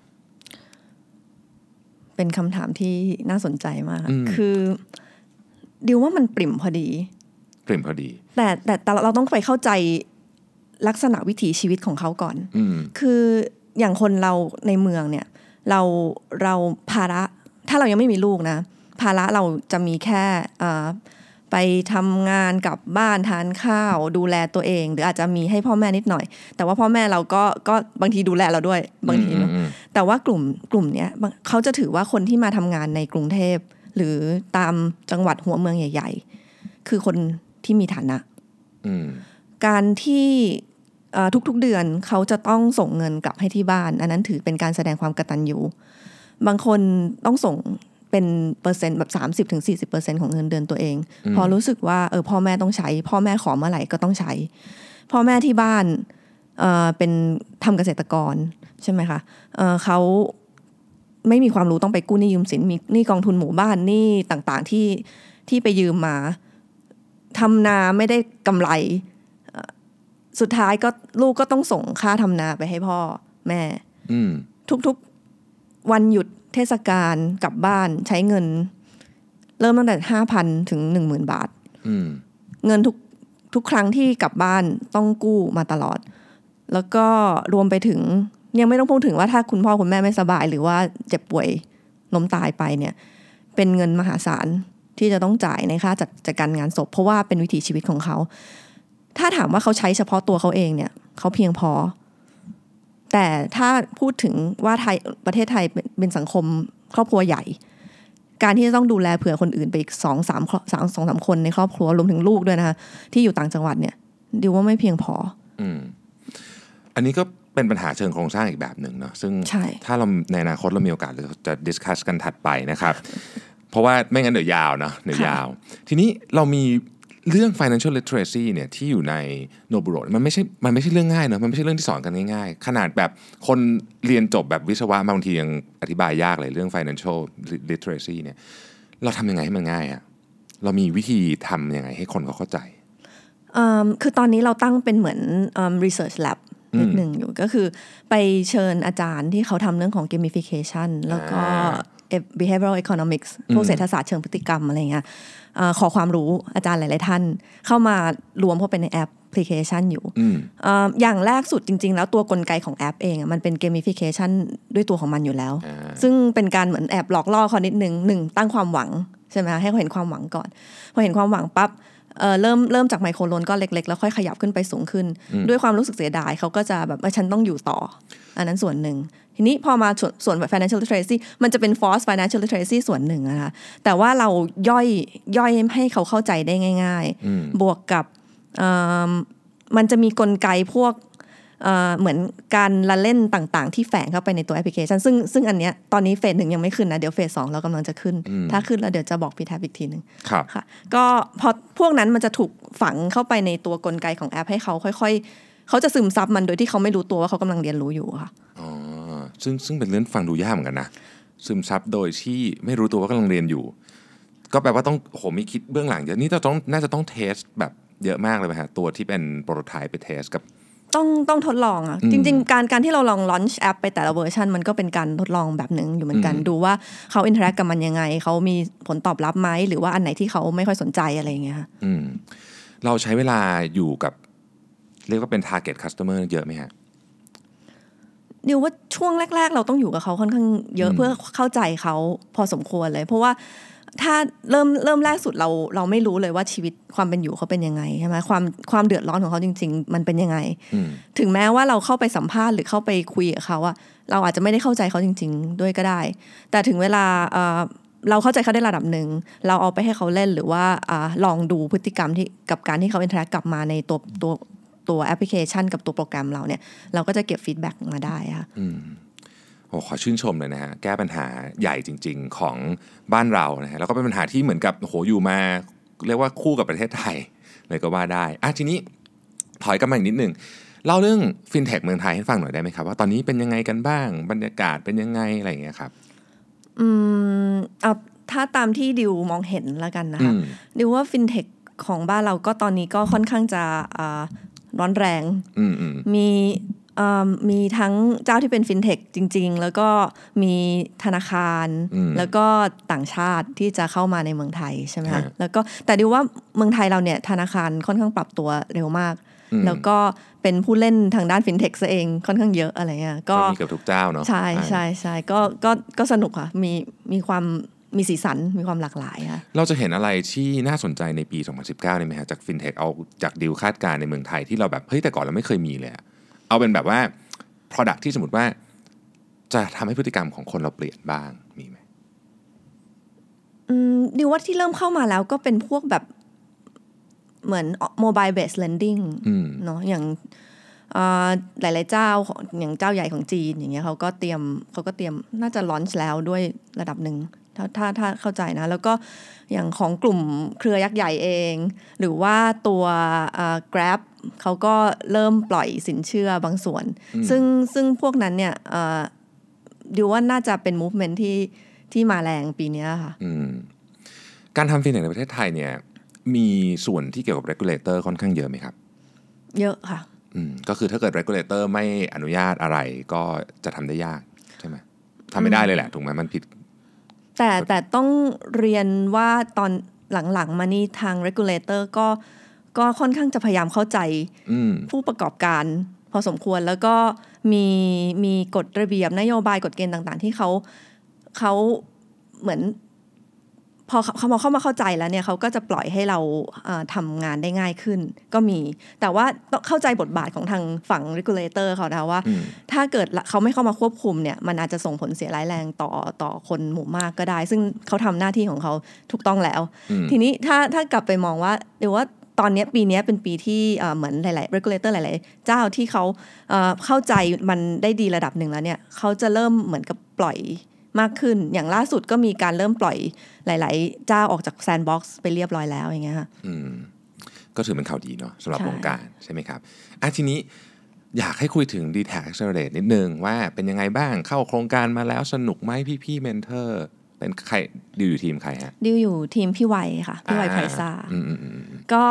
เป็นคำถามที่น่าสนใจมากคือดิวว่ามันปริ่มพอดีปริ่มพอดีแต่แต่แต่เราต้องไปเข้าใจลักษณะวิถีชีวิตของเขาก่อนคืออย่างคนเราในเมืองเนี่ยเราเราภาระถ้าเรายังไม่มีลูกนะภาระเราจะมีแค่ไปทำงานกลับบ้านทานข้าวดูแลตัวเองหรืออาจจะมีให้พ่อแม่นิดหน่อยแต่ว่าพ่อแม่เราก็ก็บางทีดูแลเราด้วยบางทีนะแต่ว่ากลุ่มกลุ่มเนี้ยเขาจะถือว่าคนที่มาทำงานในกรุงเทพหรือตามจังหวัดหัวเมืองใหญ่ๆคือคนที่มีฐานะการที่ทุกๆเดือนเขาจะต้องส่งเงินกลับให้ที่บ้านอันนั้นถือเป็นการแสดงความกตัญญูบางคนต้องส่งเป็นเปอร์เซ็นต์แบบ สามสิบถึงสี่สิบเปอร์เซ็นต์ ของเงินเดือนตัวเองพอรู้สึกว่าเออพ่อแม่ต้องใช้พ่อแม่ขอเมื่อไหร่ก็ต้องใช้พ่อแม่ที่บ้านเอ่อเป็นทำเกษตรกรใช่ไหมคะเอ่อเขาไม่มีความรู้ต้องไปกู้หนี้ยืมสินมีหนี้กองทุนหมู่บ้านหนี้ต่างๆที่ที่ไปยืมมาทำนาไม่ได้กำไรสุดท้ายก็ลูกก็ต้องส่งค่าทำนาไปให้พ่อแม่ทุกๆวันหยุดเทศกาลกลับบ้านใช้เงินเริ่มตั้งแต่ ห้าพัน ถึง หนึ่งหมื่น บาทเงินทุกทุกครั้งที่กลับบ้านต้องกู้มาตลอดแล้วก็รวมไปถึงยังไม่ต้องพูดถึงว่าถ้าคุณพ่อคุณแม่ไม่สบายหรือว่าเจ็บป่วยล้มตายไปเนี่ยเป็นเงินมหาศาลที่จะต้องจ่ายในค่าจัดจัดการงานศพเพราะว่าเป็นวิถีชีวิตของเขาถ้าถามว่าเขาใช้เฉพาะตัวเขาเองเนี่ยเขาเพียงพอแต่ถ้าพูดถึงว่าไทยประเทศไทยเป็นสังคมครอบครัวใหญ่การที่จะต้องดูแลเผื่อคนอื่นไปอีกสองสามสามสองสามคนในครอบครัวรวมถึงลูกด้วยนะคะที่อยู่ต่างจังหวัดเนี่ยดิวว่าไม่เพียงพออืมอันนี้ก็เป็นปัญหาเชิงโครงสร้างอีกแบบหนึ่งเนาะซึ่งถ้าเราในอนาคตเรามีโอกาสเราจะดิสคัสกันถัดไปนะครับเพราะว่าไม่งั้นเดี๋ยวยาวเนาะเดี๋ยวยาวทีนี้เรามีเรื่อง financial literacy เนี่ยที่อยู่ใน Nobuo มันไม่ใช่มันไม่ใช่เรื่องง่ายเนอะมันไม่ใช่เรื่องที่สอนกันง่ายๆขนาดแบบคนเรียนจบแบบวิศวะบางทียังอธิบายยากเลยเรื่อง financial literacy เนี่ยเราทำยังไงให้มันง่ายอะเรามีวิธีทำยังไงให้คนเขาเข้าใจคือตอนนี้เราตั้งเป็นเหมือน research lab นิดหนึ่งอยู่ก็คือไปเชิญอาจารย์ที่เขาทำเรื่องของ gamification แล้วก็ behavioral economics พวกเศรษฐศาสตร์เชิงพฤติกรรมอะไรเงี้ยขอความรู้อาจารย์หลายๆท่านเข้ามารวมเข้าไปในแอปพลิเคชันอยู่อย่างแรกสุดจริงๆแล้วตัวกลไกของแอปเองมันเป็น gamification ด้วยตัวของมันอยู่แล้วซึ่งเป็นการเหมือนแอบหลอกล่อเขานิดนึงหนึ่งตั้งความหวังใช่ไหมให้เขาเห็นความหวังก่อนพอเห็นความหวังปั๊บเอ่อเริ่มเริ่มจากไมโครโลนก็เล็กๆแล้วค่อยขยับขึ้นไปสูงขึ้นด้วยความรู้สึกเสียดายเขาก็จะแบบว่าฉันต้องอยู่ต่ออันนั้นส่วนหนึ่งทีนี้พอมาส่วนส่วน financial literacy มันจะเป็น force financial literacy ส่วนหนึ่งนะคะแต่ว่าเราย่อยย่อยให้เขาเข้าใจได้ง่ายๆบวกกับมันจะมีกลไกพวกเหมือนการละเล่นต่างๆที่แฝงเข้าไปในตัวแอปพลิเคชันซึ่งซึ่งอันเนี้ยตอนนี้เฟสหนึ่งยังไม่ขึ้นนะเดี๋ยวเฟสสองเรากำลังจะขึ้นถ้าขึ้นแล้วเดี๋ยวจะบอกพี่แทบอีกทีนึงค่ะก็พอพวกนั้นมันจะถูกฝังเข้าไปในตัวกลไกของแอปให้เขาค่อยๆเขาจะซึมซับมันโดยที่เขาไม่รู้ตัวว่าเขากำลังเรียนรู้อยู่ค่ะอ๋อซึ่งซึ่งเป็นเรื่องฟังดูยากเหมือนกันนะซึมซับโดยที่ไม่รู้ตัวว่ากำลังเรียนอยู่ก็แปลว่าต้องโหมีคิดเบื้องหลังเยอะนี่เราต้องน่าจะต้องเทสแบบเยอะมากเลยป่ะฮะตัวที่เป็นโปรโตไทป์ไปเทสกับต้องต้องทดลองอ่ะจริงๆการการที่เราลอง launch แอปไปแต่ละเวอร์ชันมันก็เป็นการทดลองแบบหนึ่งอยู่เหมือนกันดูว่าเขา interact กับมันยังไงเขามีผลตอบรับไหมหรือว่าอันไหนที่เขาไม่ค่อยสนใจอะไรอย่างเงี้ยค่ะอืมเราใช้เวลาอยู่กับเรียกว่าเป็น target customer เยอะไหมฮะดิวว่าช่วงแรกๆเราต้องอยู่กับเขาค่อนข้างเยอะเพื่อเข้าใจเขาพอสมควรเลยเพราะว่าถ้าเริ่มเริ่มแรกสุดเราเราไม่รู้เลยว่าชีวิตความเป็นอยู่เขาเป็นยังไงใช่ไหมความความเดือดร้อนของเขาจริงๆมันเป็นยังไงถึงแม้ว่าเราเข้าไปสัมภาษณ์หรือเข้าไปคุยกับเขาอะเราอาจจะไม่ได้เข้าใจเขาจริงๆด้วยก็ได้แต่ถึงเวลาเอ่อเราเข้าใจเขาได้ระดับหนึ่งเราเอาไปให้เขาเล่นหรือว่าอ่าลองดูพฤติกรรมที่กับการที่เขาอินเทอร์แอคกลับมาในตัวตัวตัวแอปพลิเคชันกับตัวโปรแกรมเราเนี่ยเราก็จะเก็บฟีดแบ็กมาได้ค่ะโอ้ขอชื่นชมเลยนะฮะแก้ปัญหาใหญ่จริงๆของบ้านเรานะฮะแล้วก็เป็นปัญหาที่เหมือนกับโหอยู่มาเรียกว่าคู่กับประเทศไทยเลยก็ว่าได้อ่ะทีนี้ถอยกลับมาอีกนิดนึงเล่าเรื่องฟินเทคเมืองไทยให้ฟังหน่อยได้ไหมครับว่าตอนนี้เป็นยังไงกันบ้างบรรยากาศเป็นยังไงอะไรอย่างเงี้ยครับอืมเอาถ้าตามที่ดิวมองเห็นแล้วกันนะคะดิวว่าฟินเทคของบ้านเราก็ตอนนี้ก็ค่อนข้างจะร้อนแรงมีมีทั้งเจ้าที่เป็นฟินเทคจริงๆแล้วก็มีธนาคารแล้วก็ต่างชาติที่จะเข้ามาในเมืองไทยใช่ไหมคะแล้วก็แต่ดิวว่าเมืองไทยเราเนี่ยธนาคารค่อนข้างปรับตัวเร็วมากแล้วก็เป็นผู้เล่นทางด้านฟินเทคซะเองค่อนข้างเยอะอะไรเงี้ยก็มีกับทุกเจ้าเนาะใช่ใช่ใช่ก็ก็ก็สนุกค่ะมีมีความมีสีสันมีความหลากหลายค่ะเราจะเห็นอะไรที่น่าสนใจในปีสองพันสิบเก้านี่ไหมฮะจากฟินเทคเอาจากดีลคาดการณ์ในเมืองไทยที่เราแบบเฮ้ยแต่ก่อนเราไม่เคยมีเลยเอาเป็นแบบว่า product ที่สมมติว่าจะทำให้พฤติกรรมของคนเราเปลี่ยนบ้างมีไหมอืมดิวว่าที่เริ่มเข้ามาแล้วก็เป็นพวกแบบเหมือน mobile based lending เนาะอย่างหลายๆเจ้าอย่างเจ้าใหญ่ของจีนอย่างเงี้ยเขาก็เตรียมเขาก็เตรียมน่าจะ launch แล้วด้วยระดับหนึ่งถ้าถ้าถ้าเข้าใจนะแล้วก็อย่างของกลุ่มเครือยักษ์ใหญ่เองหรือว่าตัว Grab เขาก็เริ่มปล่อยสินเชื่อบางส่วนซึ่งซึ่งพวกนั้นเนี่ยดิวว่าน่าจะเป็น movement ที่ที่มาแรงปีนี้ค่ะการทำฟินเทคในประเทศไทยเนี่ยมีส่วนที่เกี่ยวกับ regulator ค่อนข้างเยอะไหมครับเยอะค่ะก็คือถ้าเกิด regulator ไม่อนุญาตอะไรก็จะทำได้ยากใช่ไหมทำไม่ได้เลยแหละถูกไหมมันผิดแต่แต่ต้องเรียนว่าตอนหลังๆมานี่ทาง regulator ก็ก็ค่อนข้างจะพยายามเข้าใจผู้ประกอบการพอสมควรแล้วก็มีมีกฎระเบียบนโยบายกฎเกณฑ์ต่างๆที่เขาเขาเหมือนพอเขาเข้ามาเข้าใจแล้วเนี่ยเขาก็จะปล่อยให้เราทำงานได้ง่ายขึ้นก็มีแต่ว่าต้องเข้าใจบทบาทของทางฝั่ง regulator เขานะว่าถ้าเกิดเขาไม่เข้ามาควบคุมเนี่ยมันอาจจะส่งผลเสียร้ายแรงต่อต่อคนหมู่มากก็ได้ซึ่งเขาทำหน้าที่ของเขาถูกต้องแล้วทีนี้ถ้าถ้ากลับไปมองว่าเดี๋ยวว่าตอนนี้ปีนี้เป็นปีที่เหมือนหลายๆ regulator หลายๆเจ้าที่เขาเข้าใจมันได้ดีระดับหนึ่งแล้วเนี่ยเขาจะเริ่มเหมือนกับปล่อยมากขึ้นอย่างล่าสุดก็มีการเริ่มปล่อยหลายๆเจ้าออกจากแซนด์บ็อกซ์ไปเรียบร้อยแล้วอย่างเงี้ยค่ะก็ถือเป็นข่าวดีเนาะสำหรับวงการใช่ไหมครับอ่ะทีนี้อยากให้คุยถึง ดี แท็ก Accelerate นิดนึงว่าเป็นยังไงบ้างเข้าโครงการมาแล้วสนุกไหมพี่ๆเมนเทอร์เป็นใครดิวอยู่ทีมใครฮะดิวอยู่ทีมพี่ไวค่ะพี่ไวไพรซ่าก็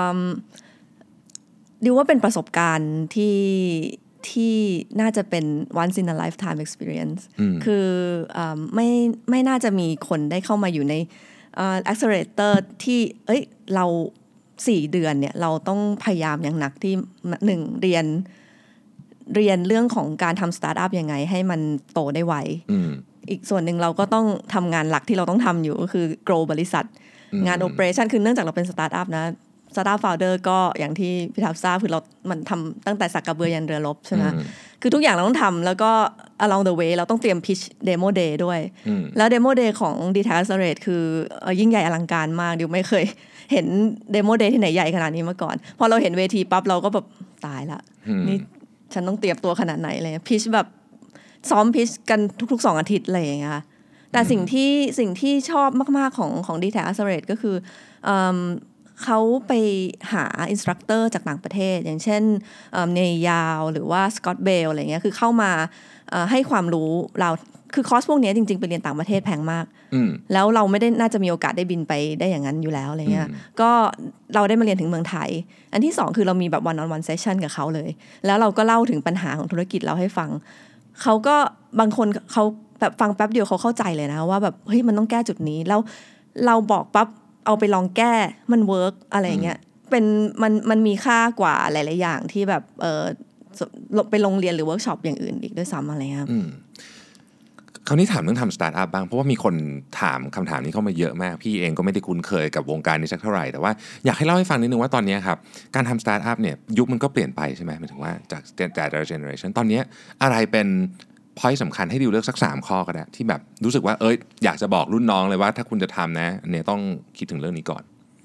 ดิวว่าเป็นประสบการณ์ที่ที่น่าจะเป็น once in a lifetime experience คือไม่ไม่น่าจะมีคนได้เข้ามาอยู่ใน accelerator ที่เอ้ยเราสี่เดือนเนี่ยเราต้องพยายามอย่างหนักที่หนึ่งเรียนเรียนเรื่องของการทำสตาร์ทอัพยังไงให้มันโตได้ไวอีกส่วนหนึ่งเราก็ต้องทำงานหลักที่เราต้องทำอยู่ก็คือ grow บริษัทงาน operation คือเนื่องจากเราเป็นสตาร์ทอัพนะStartup Founder ก็อย่างที่พี่ทับทราบคือเรามันทำตั้งแต่สักกระเบือยันเรือรบใช่ไหมคือทุกอย่างเราต้องทำแล้วก็ along the way เราต้องเตรียม pitch demo day ด้วยแล้ว demo day ของ ดี แท็ก Accelerate คือยิ่งใหญ่อลังการมากดิวไม่เคยเห็น demo day ที่ไหนใหญ่ขนาดนี้มาก่อนพอเราเห็นเวทีปั๊บเราก็แบบตายละนี่ฉันต้องเตรียมตัวขนาดไหนเลย pitch แบบซ้อม pitch กันทุกๆสองอาทิตย์อะไรอย่างเงี้ยแต่สิ่งที่สิ่งที่ชอบมากๆของของ ดี แท็ก Accelerate ก็คือเขาไปหาอินสตรัคเตอร์จากต่างประเทศอย่างเช่นเนยยาวหรือว่าสกอตเบลอะไรเงี้ยคือเข้ามาให้ความรู้เราคือคอร์สพวกนี้จริงๆไปเรียนต่างประเทศแพงมากแล้วเราไม่ได้น่าจะมีโอกาสได้บินไปได้อย่างนั้นอยู่แล้วอะไรเงี้ยก็เราได้มาเรียนถึงเมืองไทยอันที่สองคือเรามีแบบ one on one session กับเขาเลยแล้วเราก็เล่าถึงปัญหาของธุรกิจเราให้ฟังเขาก็บางคนเขาแบบฟังแป๊บเดียวเขาเข้าใจเลยนะว่าแบบเฮ้ยมันต้องแก้จุดนี้แล้วเราบอกปั๊บเอาไปลองแก้มันเวิร์กอะไรเงี้ยเป็นมันมันมีค่ากว่าหลายๆอย่างที่แบบเออไปโรงเรียนหรือเวิร์กช็อปอย่างอื่นอีกด้วยซ้ำอะไรเงี้ยคราวนี้ถามเรื่องทำสตาร์ทอัพบ้างเพราะว่ามีคนถามคำถามนี้เข้ามาเยอะมากพี่เองก็ไม่ได้คุ้นเคยกับวงการนี้สักเท่าไหร่แต่ว่าอยากให้เล่าให้ฟังนิดนึงว่าตอนนี้ครับการทำสตาร์ทอัพเนี่ยยุคมันก็เปลี่ยนไปใช่ไหมหมายถึงว่าจากแต่ละเจเนอเรชันตอนนี้อะไรเป็นพอยต์สำคัญให้ดิวเลือกสักสามข้อก็ได้ที่แบบรู้สึกว่าเอ้ยอยากจะบอกรุ่นน้องเลยว่าถ้าคุณจะทำนะเนี่ยต้องคิดถึงเรื่องนี้ก่อน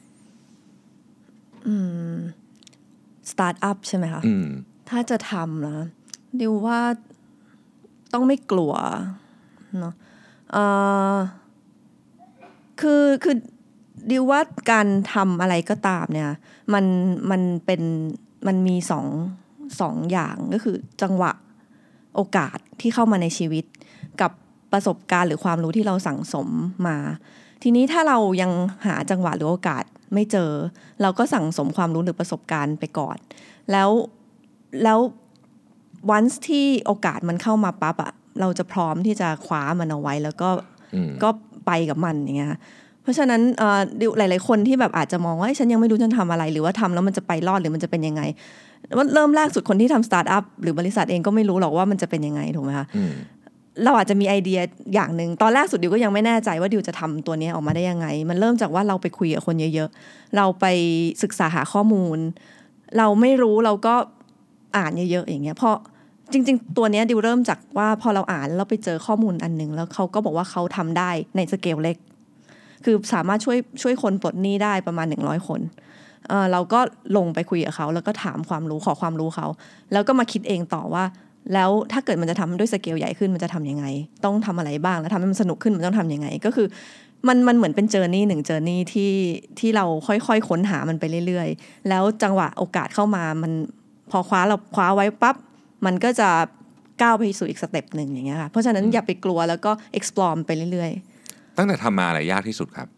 อืมสตาร์ทอัพใช่ไหมคะถ้าจะทำนะดิวว่าต้องไม่กลัวเนาะเอ่อคือคือดิวว่าการทำอะไรก็ตามเนี่ยมันมันเป็นมันมีสองสองอย่างก็คือจังหวะโอกาสที่เข้ามาในชีวิตกับประสบการณ์หรือความรู้ที่เราสั่งสมมาทีนี้ถ้าเรายังหาจังหวะหรือโอกาสไม่เจอเราก็สั่งสมความรู้หรือประสบการณ์ไปก่อนแล้วแล้ววันที่โอกาสมันเข้ามาปั๊บอะเราจะพร้อมที่จะคว้ามันเอาไว้แล้วก็ก็ไปกับมันอย่างเงี้ยเพราะฉะนั้นหลายๆคนที่แบบอาจจะมองว่าฉันยังไม่รู้ฉันทำอะไรหรือว่าทำแล้วมันจะไปรอดหรือมันจะเป็นยังไงว่าเริ่มแรกสุดคนที่ทำสตาร์ทอัพหรือบริษัทเองก็ไม่รู้หรอกว่ามันจะเป็นยังไงถูกไหมคะเราอาจจะมีไอเดียอย่างนึงตอนแรกสุดดิวก็ยังไม่แน่ใจว่าดิวจะทำตัวนี้ออกมาได้ยังไงมันเริ่มจากว่าเราไปคุยกับคนเยอะๆเราไปศึกษาหาข้อมูลเราไม่รู้เราก็อ่านเยอะๆอย่างเงี้ยเพราะจริงๆตัวนี้ดิวเริ่มจากว่าพอเราอ่านเราไปเจอข้อมูลอันนึงแล้วเขาก็บอกว่าเขาทำได้ในสเกลเล็กคือสามารถช่วยช่วยคนปลดหนี้ได้ประมาณหนึ่งร้อยคนเออเราก็ลงไปคุยกับเขาแล้วก็ถามความรู้ขอความรู้เขาแล้วก็มาคิดเองต่อว่าแล้วถ้าเกิดมันจะทำด้วยสเกลใหญ่ขึ้นมันจะทำยังไงต้องทำอะไรบ้างแล้วทำให้มันสนุกขึ้นมันต้องทำยังไงก็คือมันมันเหมือนเป็นเจอร์นี่หนึ่งเจอร์นี่ที่ที่เราค่อยๆค้นหามันไปเรื่อยๆแล้วจังหวะโอกาสเข้ามามันพอคว้าเราคว้าไว้ปั๊บมันก็จะก้าวไปสู่อีกสเต็ปหนึ่งอย่างเงี้ยค่ะเพราะฉะนั้นอย่าไปกลัวแล้วก็ explore ไปเรื่อยๆตั้งแต่ทำมาอะไรยากที่สุดครับ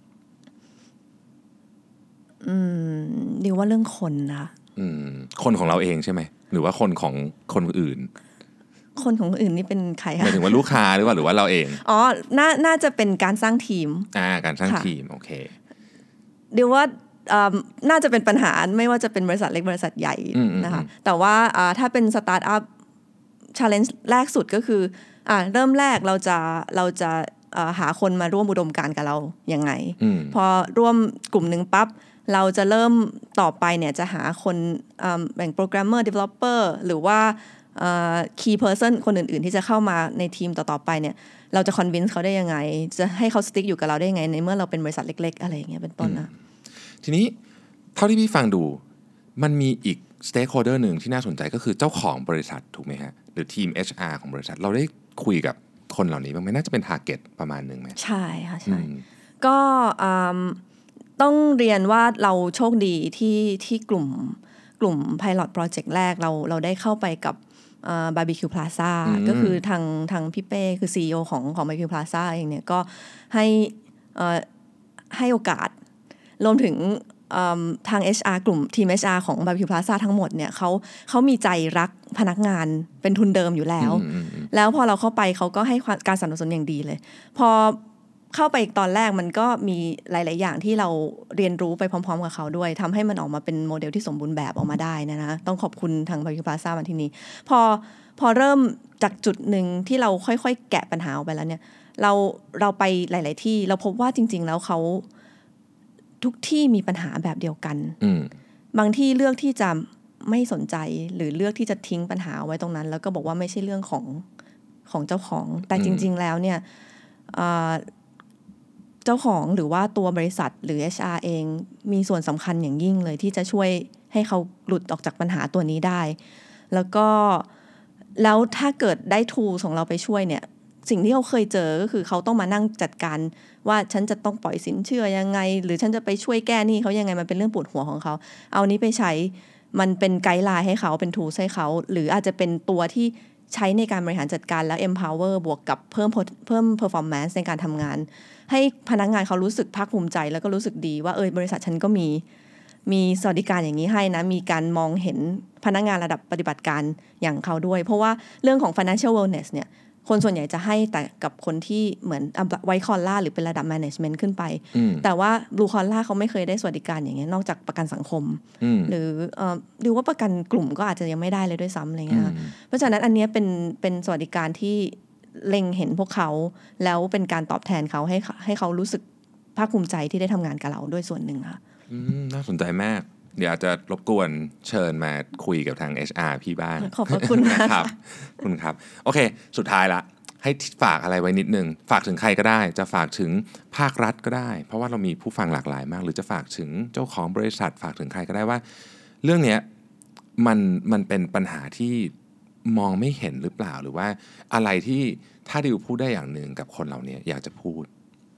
อืมดิวว่าเรื่องคนนะคะอืมคนของเราเองใช่ไหมหรือว่าคนของคนอื่นคนของคนอื่นนี่เป็นใครคะหมายถึงว่าลูกค้าหรือว่าหรือว่าเราเองอ๋อน่าน่าจะเป็นการสร้างทีมอ่าการสร้างทีมโอเคดิวว่าน่าจะเป็นปัญหาไม่ว่าจะเป็นบริษัทเล็กบริษัทใหญ่นะคะแต่ว่าถ้าเป็นสตาร์ทอัพ challenge แรกสุดก็คืออ่าเริ่มแรกเราจะเราจะหาคนมาร่วมอุดมการณ์กับเรายังไงพอร่วมกลุ่มหนึ่งปั๊บเราจะเริ่มต่อไปเนี่ยจะหาคนแบ่งโปรแกรมเมอร์เดเวลลอปเปอร์หรือว่าคีย์เพอร์ซันคนอื่นๆที่จะเข้ามาในทีมต่อๆไปเนี่ยเราจะคอนวินส์เขาได้ยังไงจะให้เขาสติ๊กอยู่กับเราได้ยังไงในเมื่อเราเป็นบริษัทเล็กๆอะไรอย่างเงี้ยเป็นต้นนะทีนี้เท่าที่พี่ฟังดูมันมีอีกสเต็กโฮลเดอร์หนึ่งที่น่าสนใจก็คือเจ้าของบริษัทถูกไหมฮะหรือทีม เอช อาร์ ของบริษัทเราได้คุยกับคนเหล่านี้บ้างไหมน่าจะเป็นทาร์เก็ตประมาณหนึ่งไหมใช่ค่ะใช่ก็ต้องเรียนว่าเราโชคดีที่ที่กลุ่มกลุ่ม Pilot Project แรกเราเราได้เข้าไปกับบาร์บีคิวพลาซ่าก็คือทางทางพี่เป้คือ ซี อี โอ ของของบาร์บีคิวพลาซ่าเองเนี่ยก็ให้ให้โอกาสรวมถึงทาง เอช อาร์ กลุ่มทีม เอช อาร์ ของ บาร์บีคิว Plaza ทั้งหมดเนี่ยเขาเขามีใจรักพนักงานเป็นทุนเดิมอยู่แล้วแล้วพอเราเข้าไปเขาก็ให้การสนับสนุนอย่างดีเลยพอเข้าไปตอนแรกมันก็มีหลายๆอย่างที่เราเรียนรู้ไปพร้อมๆกับเขาด้วยทำให้มันออกมาเป็นโมเดลที่สมบูรณ์แบบออกมาได้นะนะต้องขอบคุณทาง บาร์บีคิว Plaza มาที่นี้พอพอเริ่มจากจุดหนึ่งที่เราค่อยๆแกะปัญหาออกไปแล้วเนี่ยเราเราไปหลายๆที่เราพบว่าจริงๆแล้วเขาทุกที่มีปัญหาแบบเดียวกันบางที่เลือกที่จะไม่สนใจหรือเลือกที่จะทิ้งปัญหาไว้ตรงนั้นแล้วก็บอกว่าไม่ใช่เรื่องของของเจ้าของแต่จริงๆแล้วเนี่ยเจ้าของหรือว่าตัวบริษัทหรือ เอช อาร์ เองมีส่วนสำคัญอย่างยิ่งเลยที่จะช่วยให้เขาหลุดออกจากปัญหาตัวนี้ได้แล้วก็แล้วถ้าเกิดได้ tools ของเราไปช่วยเนี่ยสิ่งที่เขาเคยเจอก็คือเขาต้องมานั่งจัดการว่าฉันจะต้องปล่อยสินเชื่อยังไงหรือฉันจะไปช่วยแก้หนี้เขายังไงมันเป็นเรื่องปวดหัวของเขาเอานี้ไปใช้มันเป็นไกด์ไลน์ให้เขาเป็น tools ให้เขาหรืออาจจะเป็นตัวที่ใช้ในการบริหารจัดการแล้ว empower บวกกับเพิ่มเพิ่ม performance ในการทำงานให้พนักงานเขารู้สึกภาคภูมิใจแล้วก็รู้สึกดีว่าเออบริษัทฉันก็มีมีสวัสดิการอย่างนี้ให้นะมีการมองเห็นพนักงานระดับปฏิบัติการอย่างเขาด้วยเพราะว่าเรื่องของ financial wellness เนี่ยคนส่วนใหญ่จะให้แต่กับคนที่เหมือนไวท์คอลล่าหรือเป็นระดับ management ขึ้นไปแต่ว่าบลูคอลล่าเขาไม่เคยได้สวัสดิการอย่างเงี้ยนอกจากประกันสังคมหรือเอ่อดูว่าประกันกลุ่มก็อาจจะยังไม่ได้เลยด้วยซ้ำอะไรเงี้ยเพราะฉะนั้นอันนี้เป็นเป็นสวัสดิการที่เล็งเห็นพวกเขาแล้วเป็นการตอบแทนเขาให้ให้เขารู้สึกภาคภูมิใจที่ได้ทำงานกับเราด้วยส่วนหนึ่งค่ะน่าสนใจมากเดี๋ยวอาจจะรบกวนเชิญมาคุยกับทาง เอช อาร์ พี่บ้างขอบคุณนะครับคุณครับโอเคสุดท้ายละให้ฝากอะไรไว้นิดนึงฝากถึงใครก็ได้จะฝากถึงภาครัฐก็ได้เพราะว่าเรามีผู้ฟังหลากหลายมากหรือจะฝากถึงเจ้าของบริษัทฝากถึงใครก็ได้ว่าเรื่องนี้มันมันเป็นปัญหาที่มองไม่เห็นหรือเปล่าหรือว่าอะไรที่ถ้าดิวพูดได้อย่างหนึ่งกับคนเหล่านี้อยากจะพูด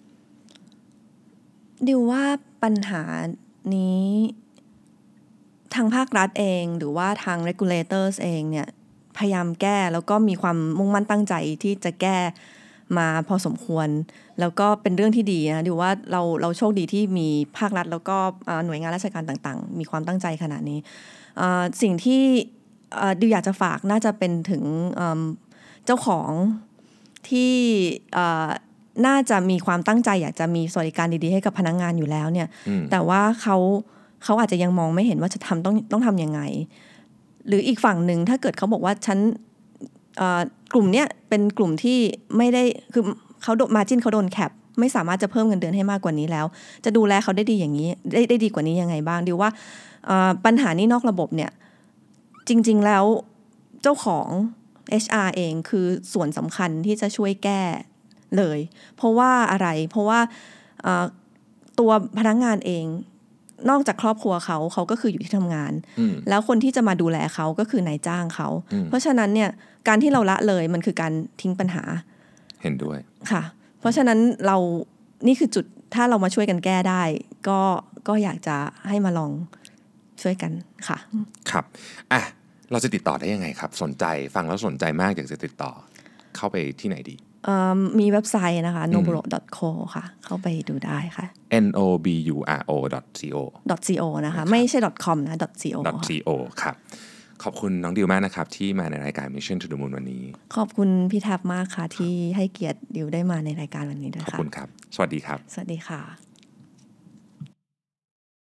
ดิวว่าปัญหานี้ทางภาครัฐเองหรือว่าทาง regulators เองเนี่ยพยายามแก้แล้วก็มีความมุ่งมั่นตั้งใจที่จะแก้มาพอสมควรแล้วก็เป็นเรื่องที่ดีนะดิวว่าเราเราโชคดีที่มีภาครัฐแล้วก็หน่วยงานราชการต่างๆมีความตั้งใจขนาดนี้สิ่งที่ดิวอยากจะฝากน่าจะเป็นถึงเจ้าของที่น่าจะมีความตั้งใจอยากจะมีสวัสดิการดีๆให้กับพนักงานอยู่แล้วเนี่ยแต่ว่าเขาเขาอาจจะยังมองไม่เห็นว่าจะทำต้องต้องทำยังไงหรืออีกฝั่งหนึ่งถ้าเกิดเขาบอกว่าฉันกลุ่มเนี้ยเป็นกลุ่มที่ไม่ได้คือเขาโดนมาร์จิ้นเขาโดนแคปไม่สามารถจะเพิ่มเงินเดือนให้มากกว่านี้แล้วจะดูแลเขาได้ดีอย่างนี้ได้ได้ดีกว่านี้ยังไงบ้างดิวว่าปัญหานี้นอกระบบเนี่ยจริงๆแล้วเจ้าของ เอช อาร์ เองคือส่วนสำคัญที่จะช่วยแก้เลยเพราะว่าอะไรเพราะว่าตัวพนักงานเองนอกจากครอบครัวเขาเขาก็คืออยู่ที่ทำงานแล้วคนที่จะมาดูแลเขาก็คือนายจ้างเขาเพราะฉะนั้นเนี่ยการที่เราละเลยมันคือการทิ้งปัญหาเห็นด้วยค่ะเพราะฉะนั้นเรานี่คือจุดถ้าเรามาช่วยกันแก้ได้ก็ก็อยากจะให้มาลองช่วยกันค่ะครับอ่ะเราจะติดต่อได้ยังไงครับสนใจฟังแล้วสนใจมากอยากจะติดต่อเข้าไปที่ไหนดีมีเว็บไซต์นะคะ noburo ดอท co ค่ะเข้าไปดูได้ค่ะ n o b u r o dot co .co นะคะไม่ใช่ .com นะ .co .co ครับขอบคุณน้องดิวมากนะครับที่มาในรายการ Mission to the Moon วันนี้ขอบคุณพี่แทบมากค่ะที่ให้เกียรติดิวได้มาในรายการวันนี้ด้วยค่ะขอบคุณครับสวัสดีครับสวัสดีค่ะ